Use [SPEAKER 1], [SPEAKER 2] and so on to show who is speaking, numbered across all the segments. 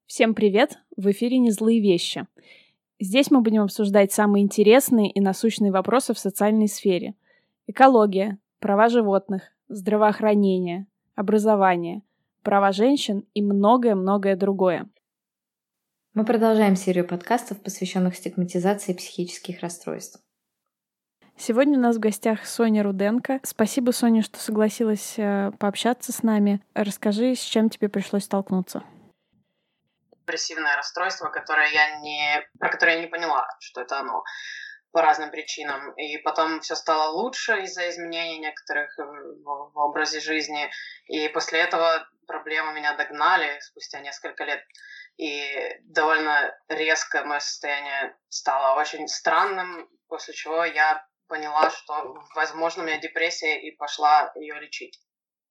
[SPEAKER 1] Всем привет! В эфире «Не злые вещи». Здесь мы будем обсуждать самые интересные и насущные вопросы в социальной сфере. Экология, права животных, здравоохранение, образование, права женщин и многое-многое другое.
[SPEAKER 2] Мы продолжаем серию подкастов, посвященных стигматизации психических расстройств.
[SPEAKER 1] Сегодня у нас в гостях Соня Руденко. Спасибо, Соня, что согласилась пообщаться с нами. Расскажи, с чем тебе пришлось столкнуться.
[SPEAKER 3] Депрессивное расстройство, про которое я не поняла, что это оно, по разным причинам. И потом все стало лучше из-за изменений некоторых в образе жизни. И после этого проблемы меня догнали спустя несколько лет. И довольно резко мое состояние стало очень странным, после чего я поняла, что, возможно, у меня депрессия, и пошла ее лечить.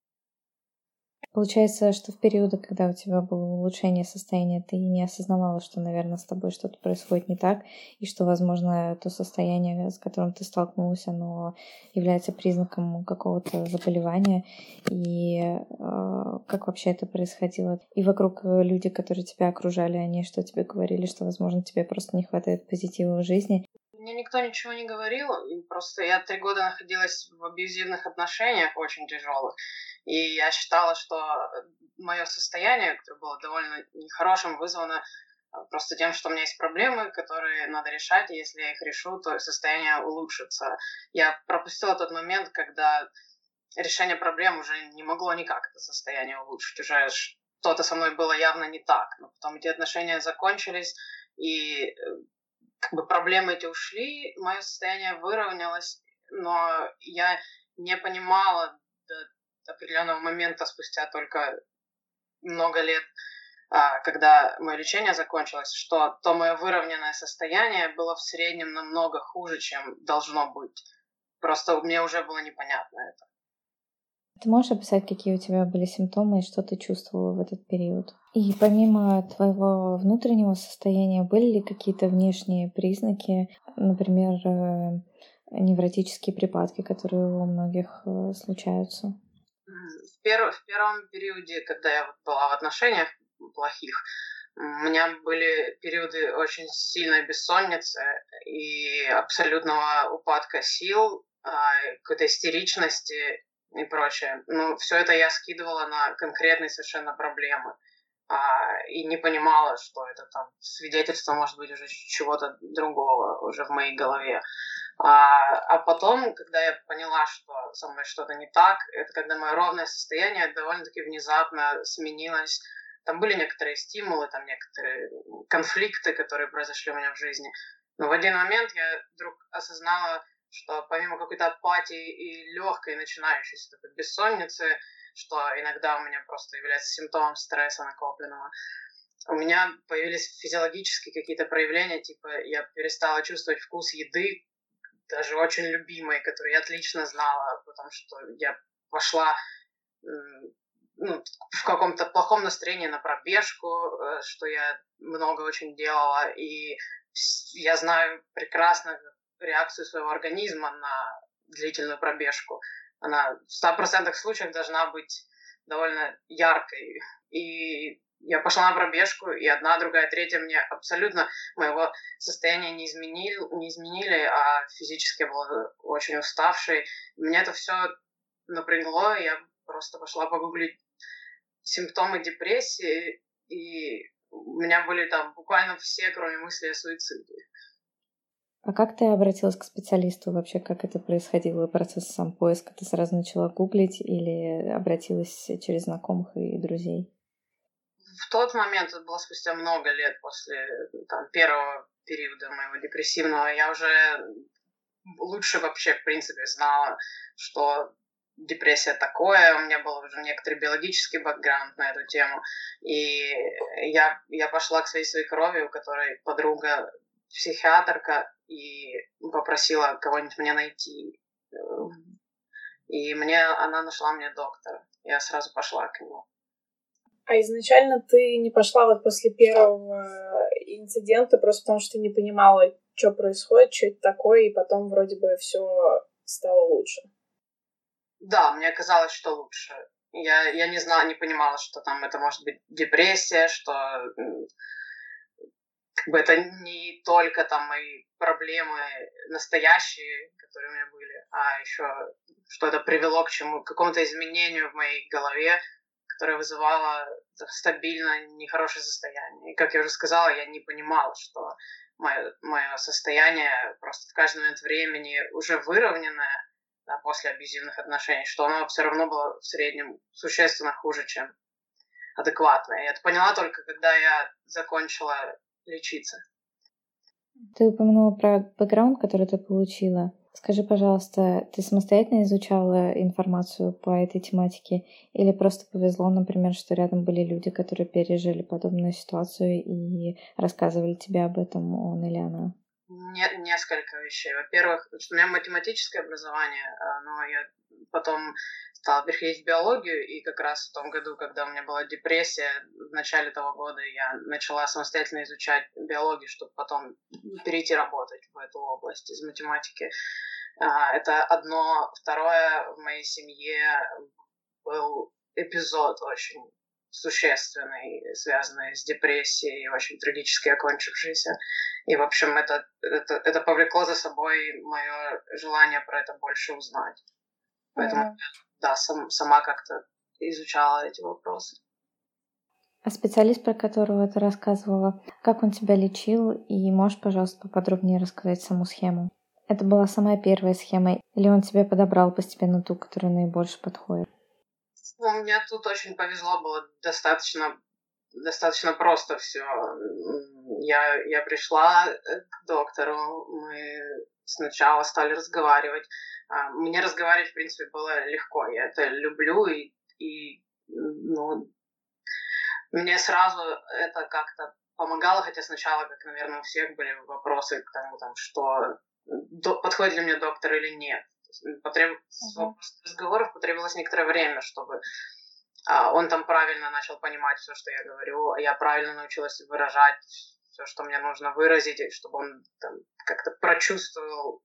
[SPEAKER 2] Получается, что в периоды, когда у тебя было улучшение состояния, ты не осознавала, что, наверное, с тобой что-то происходит не так, и что, возможно, то состояние, с которым ты столкнулась, оно является признаком какого-то заболевания. И как вообще это происходило? И вокруг люди, которые тебя окружали, они что тебе говорили, что, возможно, тебе просто не хватает позитива в жизни?
[SPEAKER 3] Мне никто ничего не говорил, просто я 3 года находилась в абьюзивных отношениях очень тяжелых, и я считала, что мое состояние, которое было довольно нехорошим, вызвано просто тем, что у меня есть проблемы, которые надо решать, и если я их решу, то состояние улучшится. Я пропустила тот момент, когда решение проблем уже не могло никак это состояние улучшить, уже что-то со мной было явно не так, но потом эти отношения закончились, и проблемы эти ушли, мое состояние выровнялось, но я не понимала до определенного момента, спустя только много лет, когда мое лечение закончилось, что то мое выровненное состояние было в среднем намного хуже, чем должно быть. Просто мне уже было непонятно это.
[SPEAKER 2] Ты можешь описать, какие у тебя были симптомы и что ты чувствовала в этот период? И помимо твоего внутреннего состояния, были ли какие-то внешние признаки, например, невротические припадки, которые у многих случаются?
[SPEAKER 3] В первом периоде, когда я была в отношениях плохих, у меня были периоды очень сильной бессонницы и абсолютного упадка сил, какой-то истеричности и прочее. Ну, все это я скидывала на конкретные совершенно проблемы. И не понимала, что это там свидетельство, может быть, уже чего-то другого уже в моей голове. А потом, когда я поняла, что со мной что-то не так, это когда мое ровное состояние довольно-таки внезапно сменилось. Там были некоторые стимулы, там некоторые конфликты, которые произошли у меня в жизни. Но в один момент я вдруг осознала, что помимо какой-то апатии и легкой начинающейся такой бессонницы, что иногда у меня просто является симптомом стресса накопленного, у меня появились физиологические какие-то проявления, типа я перестала чувствовать вкус еды, даже очень любимой, которую я отлично знала, потому что я пошла в каком-то плохом настроении на пробежку, что я много очень делала, и я знаю прекрасно реакцию своего организма на длительную пробежку. Она в 100% случаях должна быть довольно яркой. И я пошла на пробежку, и одна, другая, третья мне абсолютно моего состояния не изменили, а физически я была очень уставшей. Меня это все напрягло, и я просто пошла погуглить симптомы депрессии, и у меня были там буквально все, кроме мысли о суициде.
[SPEAKER 2] А как ты обратилась к специалисту вообще? Как это происходило, процесс сам поиска? Ты сразу начала гуглить или обратилась через знакомых и друзей?
[SPEAKER 3] В тот момент, это было спустя много лет после первого периода моего депрессивного, я уже лучше вообще, в принципе, знала, что депрессия такое, у меня был уже некоторый биологический бэкграунд на эту тему, и я пошла к своей свекрови, у которой подруга психиатрка, и попросила кого-нибудь мне найти. И она нашла мне доктора. Я сразу пошла к нему.
[SPEAKER 1] А изначально ты не пошла вот после первого инцидента просто потому, что ты не понимала, что происходит, что это такое, и потом вроде бы все стало лучше?
[SPEAKER 3] Да, мне казалось, что лучше. Я не знала, не понимала, что там это может быть депрессия, что как бы это не только там мои проблемы настоящие, которые у меня были, а еще что это привело к какому-то изменению в моей голове, которое вызывало стабильно нехорошее состояние. И, как я уже сказала, я не понимала, что мое состояние просто в каждый момент времени уже выровненное, да, после абьюзивных отношений, что оно все равно было в среднем существенно хуже, чем адекватное. Я это поняла только, когда я закончила лечиться.
[SPEAKER 2] Ты упомянула про бэкграунд, который ты получила. Скажи, пожалуйста, ты самостоятельно изучала информацию по этой тематике или просто повезло, например, что рядом были люди, которые пережили подобную ситуацию и рассказывали тебе об этом, он или она?
[SPEAKER 3] Несколько вещей. Во-первых, у меня математическое образование, но я потом стала переходить в биологию, и как раз в том году, когда у меня была депрессия, в начале того года я начала самостоятельно изучать биологию, чтобы потом перейти работать в эту область из математики. Это одно. Второе, в моей семье был эпизод очень существенный, связанный с депрессией, очень трагически окончившийся. И, в общем, это повлекло за собой мое желание про это больше узнать. Поэтому, да, сама как-то изучала эти вопросы.
[SPEAKER 2] А специалист, про которого ты рассказывала, как он тебя лечил, и можешь, пожалуйста, поподробнее рассказать саму схему? Это была самая первая схема, или он тебе подобрал постепенно ту, которая наибольше подходит?
[SPEAKER 3] Ну, мне тут очень повезло, было достаточно просто все. Я пришла к доктору, мы сначала стали разговаривать. Мне разговаривать, в принципе, было легко. Я это люблю, и ну, мне сразу это как-то помогало, хотя сначала, как, наверное, у всех были вопросы к тому, там, что подходит ли мне доктор или нет. Разговоров потребовалось некоторое время, чтобы он там правильно начал понимать все, что я говорю, я правильно научилась выражать все, что мне нужно выразить, чтобы он там как-то прочувствовал,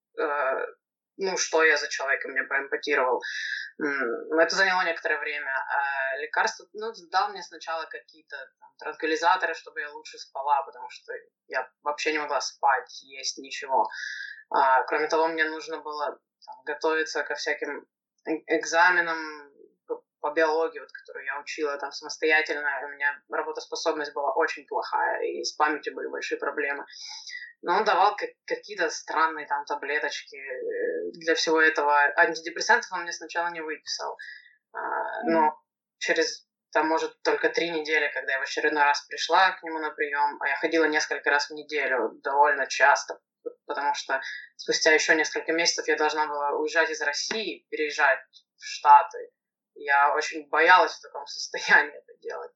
[SPEAKER 3] что я за человек, и мне проэмпатировал. Это заняло некоторое время. Лекарства, дал мне сначала какие-то транквилизаторы, чтобы я лучше спала, потому что я вообще не могла спать, есть ничего. Кроме того, мне нужно было готовиться ко всяким экзаменам по биологии, которую я учила там самостоятельно. У меня работоспособность была очень плохая, и с памятью были большие проблемы. Но он давал какие-то странные там таблеточки для всего этого. Антидепрессантов он мне сначала не выписал. Но через, может, только 3 недели, когда я в очередной раз пришла к нему на прием, а я ходила несколько раз в неделю, довольно часто, потому что спустя еще несколько месяцев я должна была уезжать из России, переезжать в Штаты. Я очень боялась в таком состоянии это делать.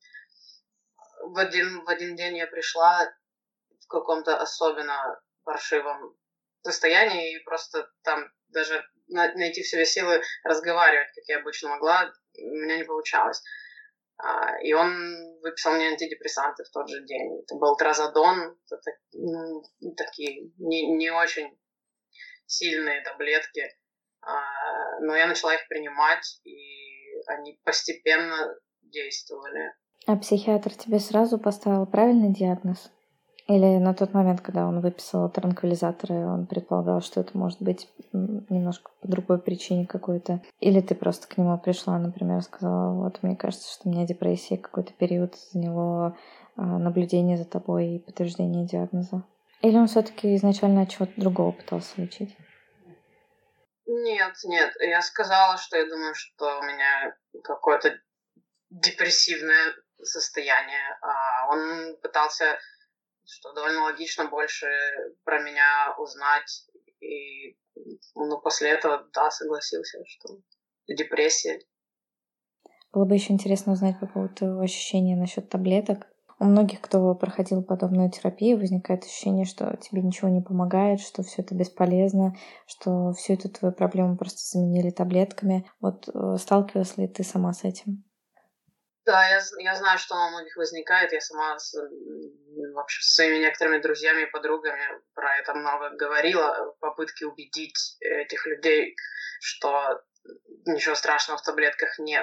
[SPEAKER 3] В один день я пришла в каком-то особенно паршивом состоянии, и просто там даже найти в себе силы разговаривать, как я обычно могла, у меня не получалось. И он выписал мне антидепрессанты в тот же день. Это был тразодон, такие не очень сильные таблетки. Но я начала их принимать, и они постепенно действовали.
[SPEAKER 2] А психиатр тебе сразу поставил правильный диагноз? Или на тот момент, когда он выписал транквилизаторы, он предполагал, что это может быть немножко по другой причине какой-то? Или ты просто к нему пришла, например, сказала, вот, мне кажется, что у меня депрессия, какой-то период заняло наблюдение за тобой и подтверждение диагноза? Или он все-таки изначально от чего-то другого пытался лечить?
[SPEAKER 3] Нет. Я сказала, что я думаю, что у меня какое-то депрессивное состояние. Он пытался, что довольно логично, больше про меня узнать. И после этого, да, согласился, что депрессия.
[SPEAKER 2] Было бы еще интересно узнать по поводу твоего ощущения насчет таблеток. У многих, кто проходил подобную терапию, возникает ощущение, что тебе ничего не помогает, что все это бесполезно, что всю эту твою проблему просто заменили таблетками. Вот сталкивалась ли ты сама с этим?
[SPEAKER 3] Да, я знаю, что у многих возникает. Я сама вообще со своими некоторыми друзьями и подругами про это много говорила. Попытки убедить этих людей, что ничего страшного в таблетках нет.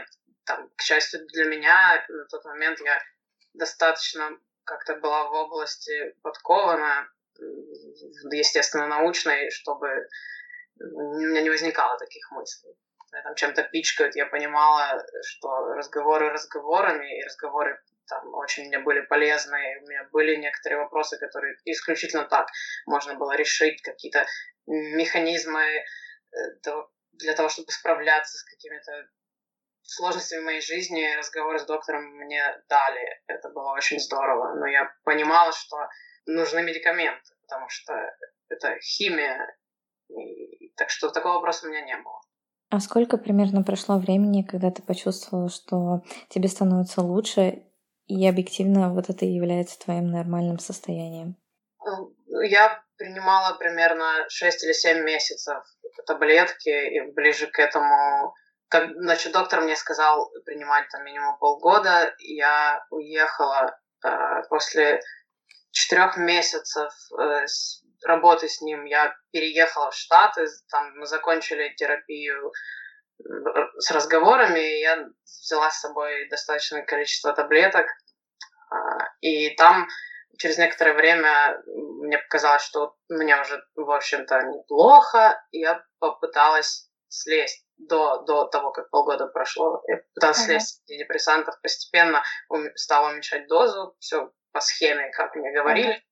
[SPEAKER 3] там, к счастью для меня, на тот момент я достаточно как-то была в области подкована, естественно-научной, чтобы у меня не возникало таких мыслей. Когда там чем-то пичкают, я понимала, что разговоры разговорами, и разговоры там очень мне были полезны, и у меня были некоторые вопросы, которые исключительно так можно было решить, какие-то механизмы для того, чтобы справляться с какими-то сложностями в моей жизни. Разговоры с доктором мне дали. Это было очень здорово. Но я понимала, что нужны медикаменты, потому что это химия. Так что такого вопроса у меня не было.
[SPEAKER 2] А сколько примерно прошло времени, когда ты почувствовала, что тебе становится лучше, и объективно вот это и является твоим нормальным состоянием?
[SPEAKER 3] Я принимала примерно 6 или 7 месяцев таблетки, и ближе к этому... Значит, доктор мне сказал принимать там минимум полгода. Я уехала после 4 месяцев работы с ним. Я переехала в Штаты, там мы закончили терапию с разговорами, и я взяла с собой достаточное количество таблеток. И там через некоторое время мне показалось, что мне уже, в общем-то, неплохо, и я попыталась слезть до того, как полгода прошло. Я пыталась слезть с антидепрессантов, постепенно стала уменьшать дозу, все по схеме, как мне говорили.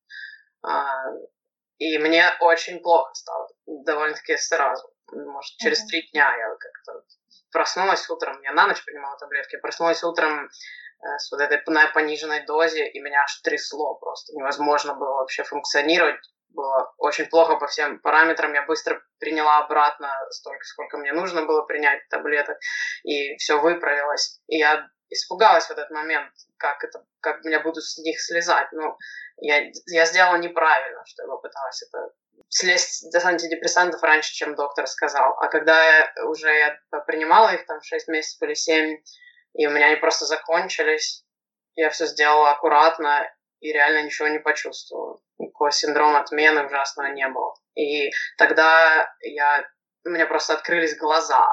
[SPEAKER 3] И мне очень плохо стало, довольно-таки сразу. Может, через 3 дня я как-то проснулась утром, я на ночь принимала таблетки, проснулась утром с вот этой пониженной дозе, и меня аж трясло просто. Невозможно было вообще функционировать. Было очень плохо по всем параметрам. Я быстро приняла обратно столько, сколько мне нужно было принять таблеток, и все выправилось. И я испугалась в этот момент, как меня будут с них слезать. Ну, я сделала неправильно, что я попыталась это слезть с антидепрессантов раньше, чем доктор сказал. А когда я принимала их там 6 месяцев или 7, и у меня они просто закончились, я все сделала аккуратно и реально ничего не почувствовала. Никакого синдрома отмены ужасного не было. И тогда у меня просто открылись глаза.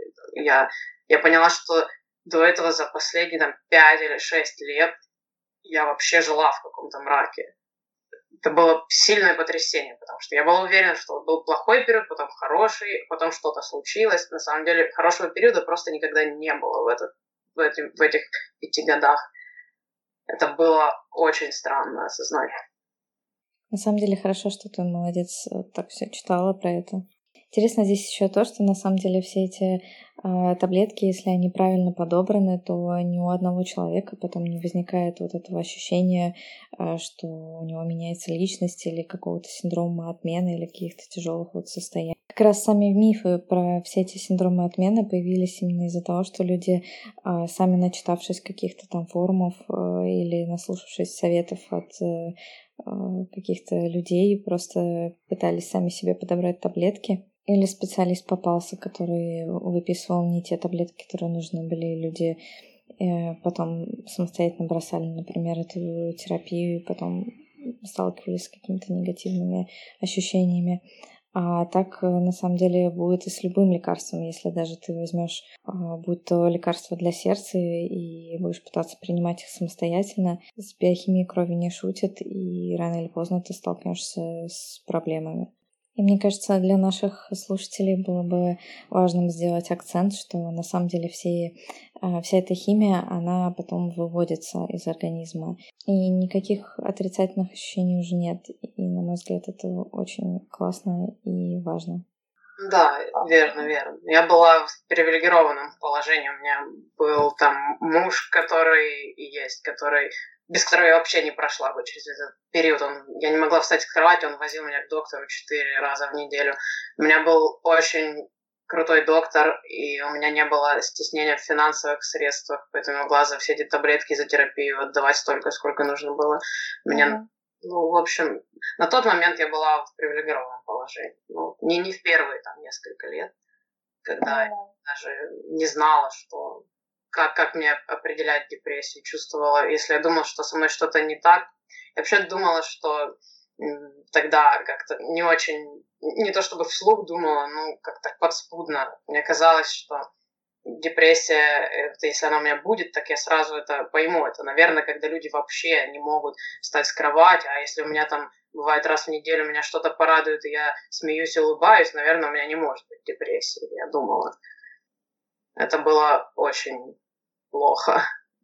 [SPEAKER 3] Я поняла, что до этого за последние 5 или 6 лет я вообще жила в каком-то мраке. Это было сильное потрясение, потому что я была уверена, что был плохой период, потом хороший, потом что-то случилось. На самом деле хорошего периода просто никогда не было в этих 5 годах. Это было очень странно осознать.
[SPEAKER 2] На самом деле хорошо, что ты, молодец, так все читала про это. Интересно здесь еще то, что на самом деле все эти таблетки, если они правильно подобраны, то ни у одного человека потом не возникает вот этого ощущения, что у него меняется личность или какого-то синдрома отмены или каких-то тяжелых вот состояний. Как раз сами мифы про все эти синдромы отмены появились именно из-за того, что люди, сами начитавшись каких-то там форумов или наслушавшись советов от каких-то людей, просто пытались сами себе подобрать таблетки. Или специалист попался, который выписывал не те таблетки, которые нужны были. Люди потом самостоятельно бросали, например, эту терапию, и потом сталкивались с какими-то негативными ощущениями. А так, на самом деле, будет и с любым лекарством. Если даже ты возьмешь, будь то лекарство для сердца, и будешь пытаться принимать их самостоятельно, с биохимией крови не шутят, и рано или поздно ты столкнешься с проблемами. И мне кажется, для наших слушателей было бы важным сделать акцент, что на самом деле вся эта химия, она потом выводится из организма. И никаких отрицательных ощущений уже нет. И, на мой взгляд, это очень классно и важно.
[SPEAKER 3] Да, верно. Я была в привилегированном положении. У меня был там муж, который без которого я вообще не прошла бы через этот период. Я не могла встать с кровати, он возил меня к доктору 4 раза в неделю. У меня был очень крутой доктор, и у меня не было стеснения в финансовых средствах, поэтому я могла за все эти таблетки, за терапию отдавать столько, сколько нужно было. В общем, на тот момент я была в привилегированном положении. Не в первые несколько лет, когда я даже не знала, как мне определять депрессию, чувствовала. Если я думала, что со мной что-то не так, я вообще думала, что тогда как-то не очень, не то чтобы вслух думала, как-то подспудно. Мне казалось, что депрессия, это если она у меня будет, так я сразу это пойму. Это, наверное, когда люди вообще не могут встать с кровати, а если у меня там бывает раз в неделю меня что-то порадует, и я смеюсь и улыбаюсь, наверное, у меня не может быть депрессии, я думала. Это было очень плохо.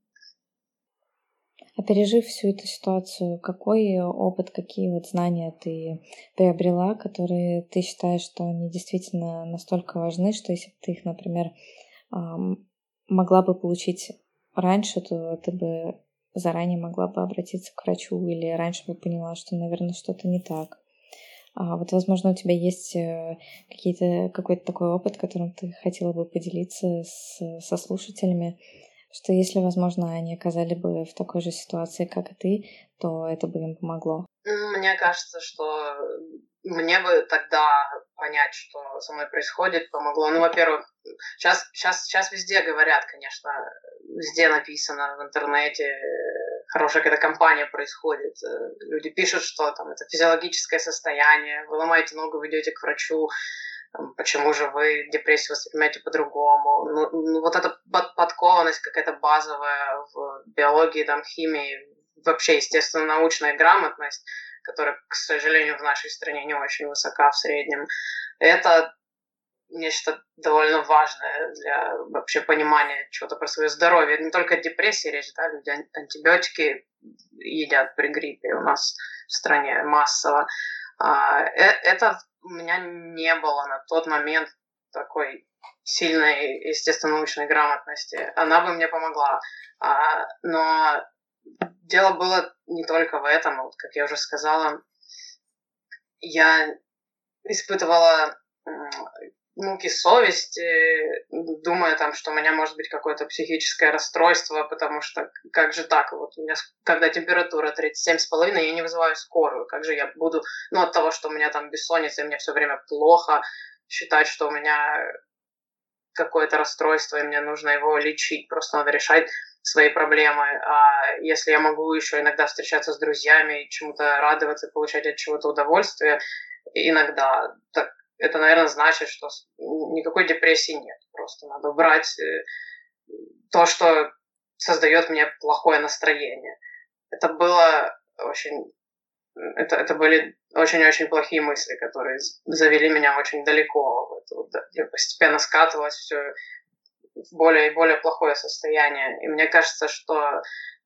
[SPEAKER 2] А пережив всю эту ситуацию, какой опыт, какие вот знания ты приобрела, которые ты считаешь, что они действительно настолько важны, что если бы ты их, например, могла бы получить раньше, то ты бы заранее могла бы обратиться к врачу или раньше бы поняла, что, наверное, что-то не так. Вот, возможно, у тебя есть какой-то такой опыт, которым ты хотела бы поделиться со слушателями, что если, возможно, они оказались бы в такой же ситуации, как и ты, то это бы им помогло.
[SPEAKER 3] Мне кажется, что мне бы тогда понять, что со мной происходит, помогло. Ну, во-первых, сейчас везде говорят, конечно, везде написано в интернете, хорошая какая-то кампания происходит. Люди пишут, что там это физиологическое состояние, вы ломаете ногу, вы идете к врачу, почему же вы депрессию воспринимаете по-другому. Ну, вот эта подкованность какая-то базовая в биологии, там, химии, вообще, естественно, научная грамотность, которая, к сожалению, в нашей стране не очень высока в среднем, это нечто довольно важное для вообще понимания чего-то про свое здоровье. Это не только о депрессии речь, да, люди антибиотики едят при гриппе у нас в стране массово. Это у меня не было на тот момент такой сильной, естественно, научной грамотности. Она бы мне помогла. Но дело было не только в этом. Вот, как я уже сказала, я испытывала муки совести, думая там, что у меня может быть какое-то психическое расстройство, потому что как же так? Вот у меня, когда температура 37,5, я не вызываю скорую. Как же я буду, от того, что у меня там бессонница, и мне все время плохо, считать, что у меня какое-то расстройство, и мне нужно его лечить. Просто надо решать свои проблемы. А если я могу еще иногда встречаться с друзьями, чему-то радоваться, получать от чего-то удовольствие, иногда, так это, наверное, значит, что никакой депрессии нет. Просто надо убрать то, что создает мне плохое настроение. Это было очень... Это были очень-очень плохие мысли, которые завели меня очень далеко. Я постепенно скатывалось все в более и более плохое состояние. И мне кажется, что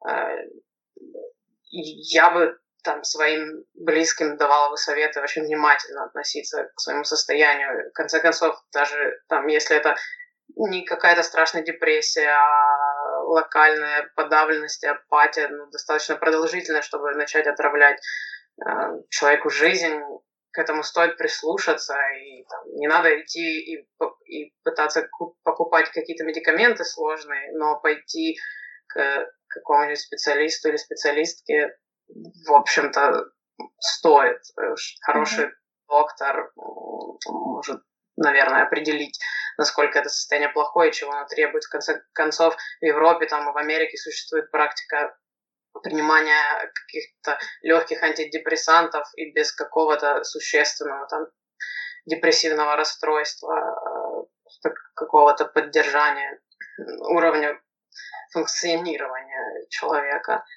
[SPEAKER 3] я бы там своим близким давала бы советы очень внимательно относиться к своему состоянию. В конце концов, даже там, если это не какая-то страшная депрессия, а локальная подавленность и апатия, достаточно продолжительная, чтобы начать отравлять человеку жизнь, к этому стоит прислушаться, и там, не надо идти и пытаться покупать какие-то медикаменты сложные, но пойти к какому-нибудь специалисту или специалистке, в общем-то, стоит. Хороший доктор может, наверное, определить, насколько это состояние плохое, чего оно требует. В конце концов, в Европе там, и в Америке существует практика принимания каких-то легких антидепрессантов и без какого-то существенного там депрессивного расстройства, какого-то поддержания уровня функционирования человека.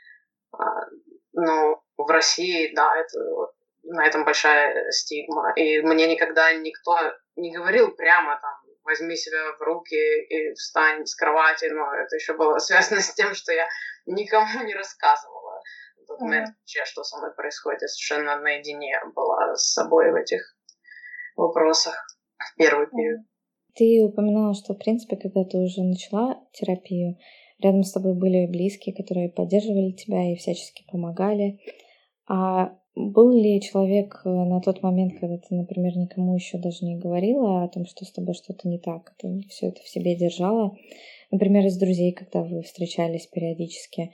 [SPEAKER 3] Ну, в России, да, на этом большая стигма. И мне никогда никто не говорил прямо там, возьми себя в руки и встань с кровати, но это еще было связано с тем, что я никому не рассказывала в тот момент вообще, что со мной происходит. Я совершенно наедине была с собой в этих вопросах в первый период.
[SPEAKER 2] Ты упоминала, что, в принципе, когда ты уже начала терапию, рядом с тобой были близкие, которые поддерживали тебя и всячески помогали. А был ли человек на тот момент, когда ты, например, никому еще даже не говорила о том, что с тобой что-то не так, ты все это в себе держала, например, из друзей, когда вы встречались периодически,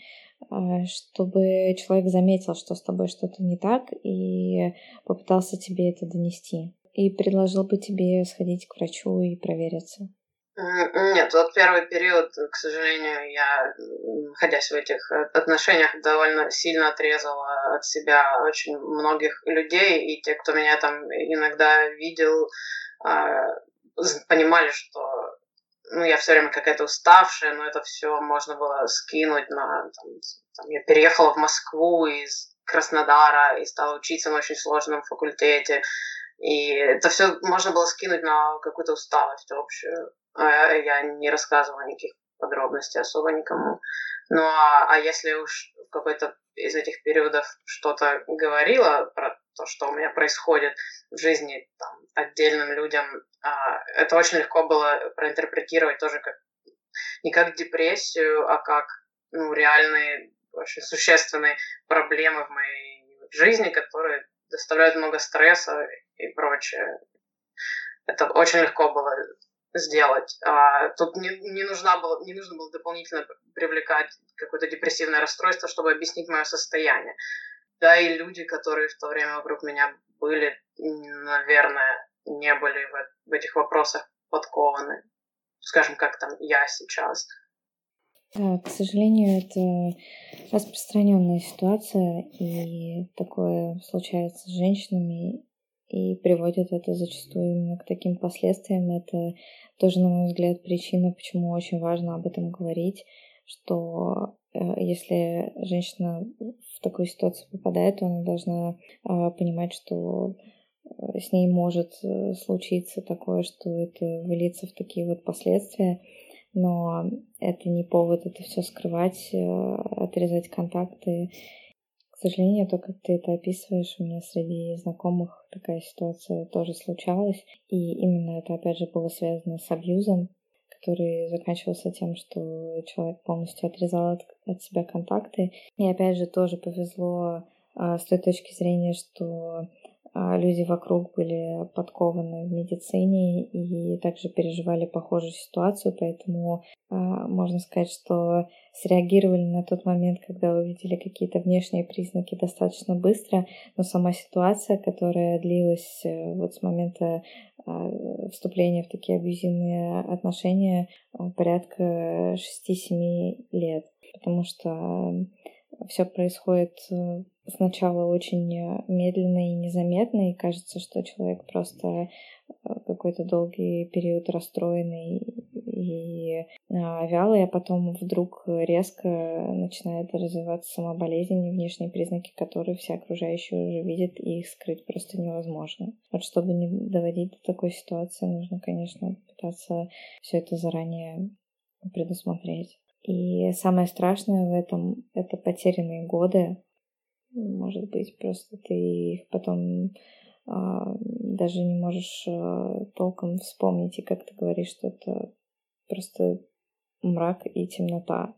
[SPEAKER 2] чтобы человек заметил, что с тобой что-то не так, и попытался тебе это донести, и предложил бы тебе сходить к врачу и провериться?
[SPEAKER 3] Нет, вот первый период, к сожалению, я, находясь в этих отношениях, довольно сильно отрезала от себя очень многих людей, и те, кто меня там иногда видел, понимали, что я все время какая-то уставшая, но это все можно было скинуть на... я переехала в Москву из Краснодара и стала учиться на очень сложном факультете. И это все можно было скинуть на какую-то усталость общую. Я не рассказывала никаких подробностей особо никому. Ну, а если уж в какой-то из этих периодов что-то говорила про то, что у меня происходит в жизни отдельным людям, это очень легко было проинтерпретировать тоже не как депрессию, а как реальные, очень существенные проблемы в моей жизни, которые доставляют много стресса и прочее. Это очень легко было сделать. Тут не нужно было дополнительно привлекать какое-то депрессивное расстройство, чтобы объяснить мое состояние. Да, и люди, которые в то время вокруг меня были, наверное, не были в этих вопросах подкованы. Скажем, как я сейчас.
[SPEAKER 2] Да, к сожалению, это распространенная ситуация, и такое случается с женщинами, и приводит это зачастую именно к таким последствиям. Это тоже, на мой взгляд, причина, почему очень важно об этом говорить, что если женщина в такую ситуацию попадает, то она должна понимать, что с ней может случиться такое, что это выльется в такие вот последствия, но это не повод это все скрывать, отрезать контакты. К сожалению, то, как ты это описываешь, у меня среди знакомых такая ситуация тоже случалась, и именно это, опять же, было связано с абьюзом, который заканчивался тем, что человек полностью отрезал от себя контакты. И опять же, тоже повезло с той точки зрения, что люди вокруг были подкованы в медицине и также переживали похожую ситуацию, поэтому можно сказать, что среагировали на тот момент, когда увидели какие-то внешние признаки достаточно быстро, но сама ситуация, которая длилась вот с момента вступления в такие абьюзивные отношения порядка 6-7 лет, потому что все происходит сначала очень медленно и незаметно, и кажется, что человек просто какой-то долгий период расстроенный и вялый, а потом вдруг резко начинает развиваться сама болезнь и внешние признаки, которые все окружающие уже видят, и их скрыть просто невозможно. Вот чтобы не доводить до такой ситуации, нужно, конечно, пытаться все это заранее предусмотреть. И самое страшное в этом — это потерянные годы. Может быть, просто ты их потом даже не можешь толком вспомнить. И как ты говоришь, что это просто мрак и темнота.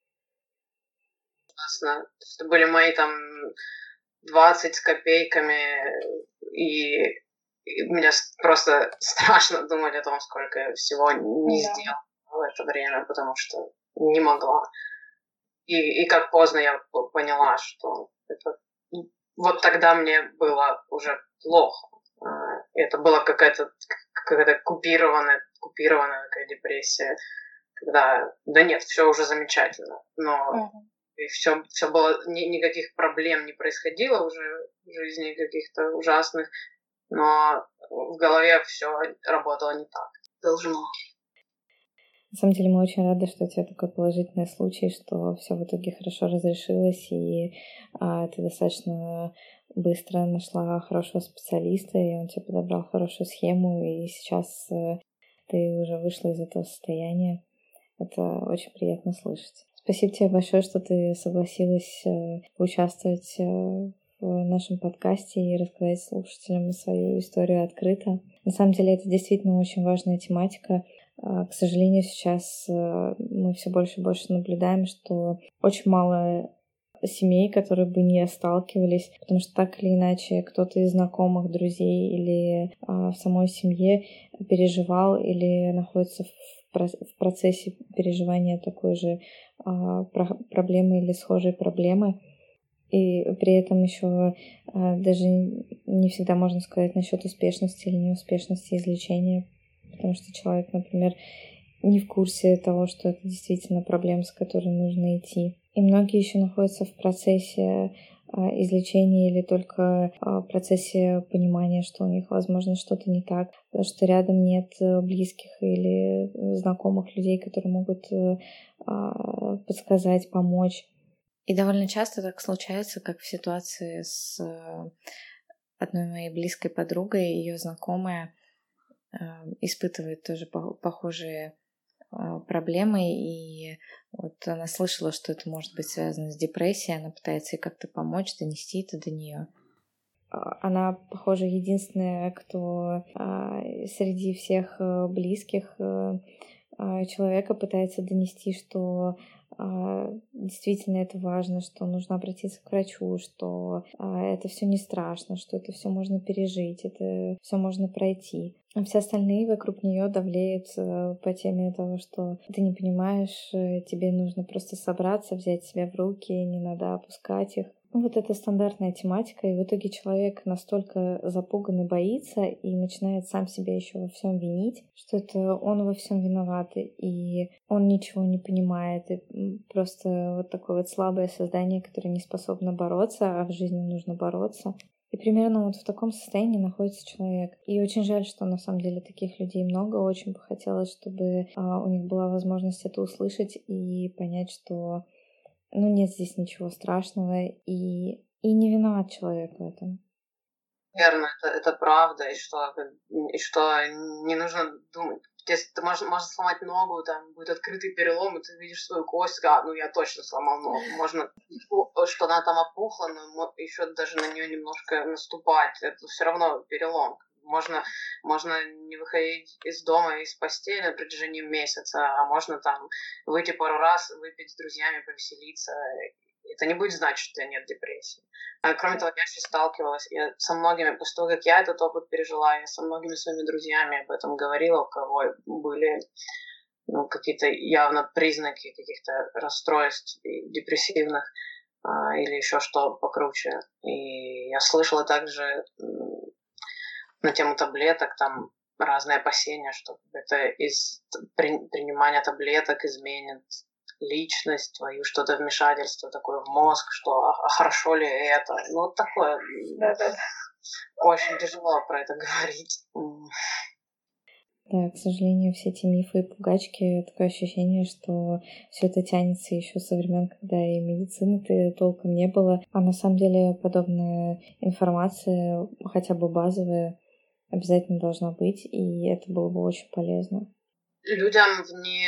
[SPEAKER 3] Классно. Это были мои 20 с копейками, и мне просто страшно думать о том, сколько я всего не сделала в это время, потому что не могла. И как поздно я поняла, что это... Вот тогда мне было уже плохо. Это была какая-то купированная такая депрессия, когда, да нет, все уже замечательно, но и все было, никаких проблем не происходило уже в жизни, каких-то ужасных, но в голове все работало не так. Должно.
[SPEAKER 2] На самом деле мы очень рады, что у тебя такой положительный случай, что все в итоге хорошо разрешилось, и ты достаточно быстро нашла хорошего специалиста, и он тебе подобрал хорошую схему, и сейчас ты уже вышла из этого состояния. Это очень приятно слышать. Спасибо тебе большое, что ты согласилась участвовать в нашем подкасте и рассказать слушателям свою историю открыто. На самом деле это действительно очень важная тематика. К сожалению, сейчас мы все больше и больше наблюдаем, что очень мало семей, которые бы не сталкивались, потому что так или иначе кто-то из знакомых, друзей или в самой семье переживал или находится в процессе переживания такой же проблемы или схожей проблемы. И при этом еще даже не всегда можно сказать насчет успешности или неуспешности излечения, потому что человек, например, не в курсе того, что это действительно проблема, с которой нужно идти. И многие еще находятся в процессе излечении или только в процессе понимания, что у них, возможно, что-то не так, потому что рядом нет близких или знакомых людей, которые могут подсказать, помочь. И довольно часто так случается, как в ситуации с одной моей близкой подругой, ее знакомая испытывает тоже похожие проблемы, и вот она слышала, что это может быть связано с депрессией, она пытается ей как-то помочь, донести это до нее. Она, похоже, единственная, кто среди всех близких человека пытается донести, что действительно это важно, что нужно обратиться к врачу, что это все не страшно, что это все можно пережить, это все можно пройти. А все остальные вокруг нее давлеют по теме того, что ты не понимаешь, тебе нужно просто собраться, взять себя в руки, не надо опускать их. Вот это стандартная тематика, и в итоге человек настолько запуган и боится, и начинает сам себя еще во всем винить, что это он во всем виноват, и он ничего не понимает, и просто вот такое вот слабое создание, которое не способно бороться, а в жизни нужно бороться. И примерно вот в таком состоянии находится человек. И очень жаль, что на самом деле таких людей много. Очень бы хотелось, чтобы у них была возможность это услышать и понять, что нет здесь ничего страшного, и не виноват человек в этом.
[SPEAKER 3] Верно, это правда, и что не нужно думать. Если ты можно сломать ногу, там будет открытый перелом, и ты видишь свою кость, я точно сломал ногу. Можно, что она там опухла, но еще даже на нее немножко наступать. Это все равно перелом. Можно не выходить из дома, из постели на протяжении месяца, а можно там выйти пару раз, выпить с друзьями, повеселиться. Это не будет значить, что у тебя нет депрессии. Кроме того, я еще сталкивалась со многими, после того, как я этот опыт пережила, я со многими своими друзьями об этом говорила, у кого были какие-то явно признаки каких-то расстройств депрессивных или еще что покруче. И я слышала также на тему таблеток, там разные опасения, что это из принимания таблеток изменит личность твою, что-то вмешательство такое в мозг, что хорошо ли это. Вот такое.
[SPEAKER 2] Да.
[SPEAKER 3] Очень тяжело про это говорить.
[SPEAKER 2] Да, к сожалению, все эти мифы и пугачки, такое ощущение, что все это тянется еще со времен, когда и медицины-то толком не было. А на самом деле подобная информация, хотя бы базовая, обязательно должна быть, и это было бы очень полезно.
[SPEAKER 3] Людям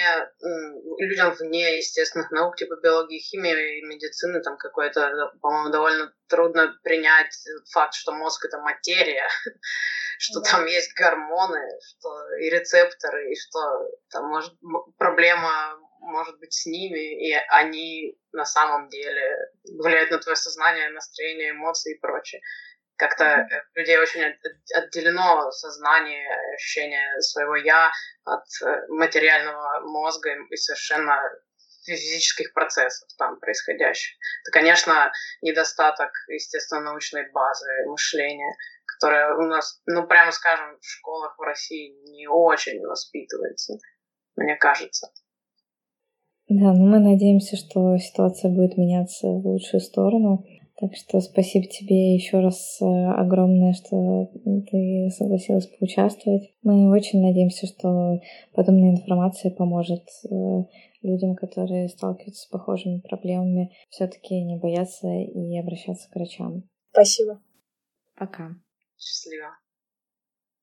[SPEAKER 3] вне естественных наук, типа биологии, химии и медицины, там какой-то, по-моему, довольно трудно принять факт, что мозг — это материя, что там есть гормоны, что и рецепторы, и что там проблема может быть с ними, и они на самом деле влияют на твое сознание, настроение, эмоции и прочее. Как-то людей очень отделено сознание, ощущение своего «я» от материального мозга и совершенно физических процессов там происходящих. Это, конечно, недостаток естественно-научной базы мышления, которая у нас, прямо скажем, в школах в России не очень воспитывается, мне кажется.
[SPEAKER 2] Да, мы надеемся, что ситуация будет меняться в лучшую сторону. Так что спасибо тебе еще раз огромное, что ты согласилась поучаствовать. Мы очень надеемся, что подобная информация поможет людям, которые сталкиваются с похожими проблемами, все-таки не бояться и обращаться к врачам.
[SPEAKER 1] Спасибо.
[SPEAKER 2] Пока.
[SPEAKER 3] Счастливо.